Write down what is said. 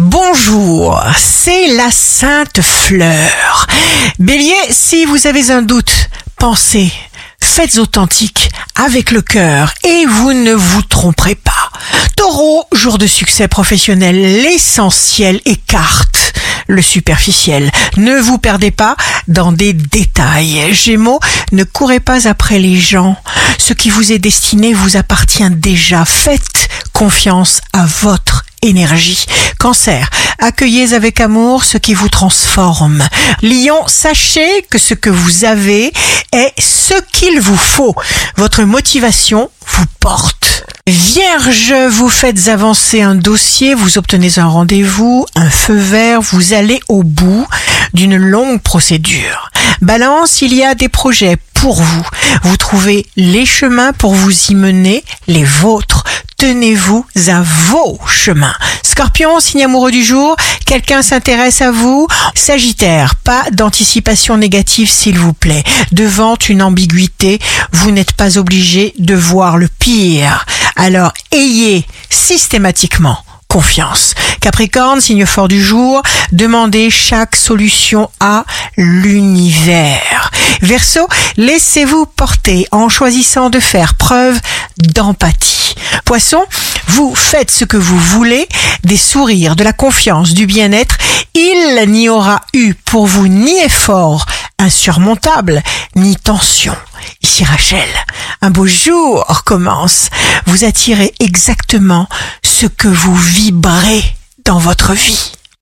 Bonjour, c'est la Sainte Fleur. Bélier, si vous avez un doute, pensez, faites authentique avec le cœur et vous ne vous tromperez pas. Taureau, jour de succès professionnel, l'essentiel écarte le superficiel. Ne vous perdez pas dans des détails. Gémeaux, ne courez pas après les gens. Ce qui vous est destiné vous appartient déjà. Faites confiance à votre énergie. Cancer, accueillez avec amour ce qui vous transforme. Lion, sachez que ce que vous avez est ce qu'il vous faut. Votre motivation vous porte. Vierge, vous faites avancer un dossier, vous obtenez un rendez-vous, un feu vert, vous allez au bout d'une longue procédure. Balance, il y a des projets pour vous. Vous trouvez les chemins pour vous y mener, les vôtres. Tenez-vous à vos chemins. Scorpion, signe amoureux du jour, quelqu'un s'intéresse à vous. Sagittaire, pas d'anticipation négative s'il vous plaît. Devant une ambiguïté, vous n'êtes pas obligé de voir le pire. Alors ayez systématiquement confiance. Capricorne, signe fort du jour, demandez chaque solution à l'univers. Verseau, laissez-vous porter en choisissant de faire preuve d'empathie. Poisson, vous faites ce que vous voulez, des sourires, de la confiance, du bien-être. Il n'y aura eu pour vous ni effort insurmontable, ni tension. Ici Rachel, un beau jour commence. Vous attirez exactement ce que vous vibrez dans votre vie.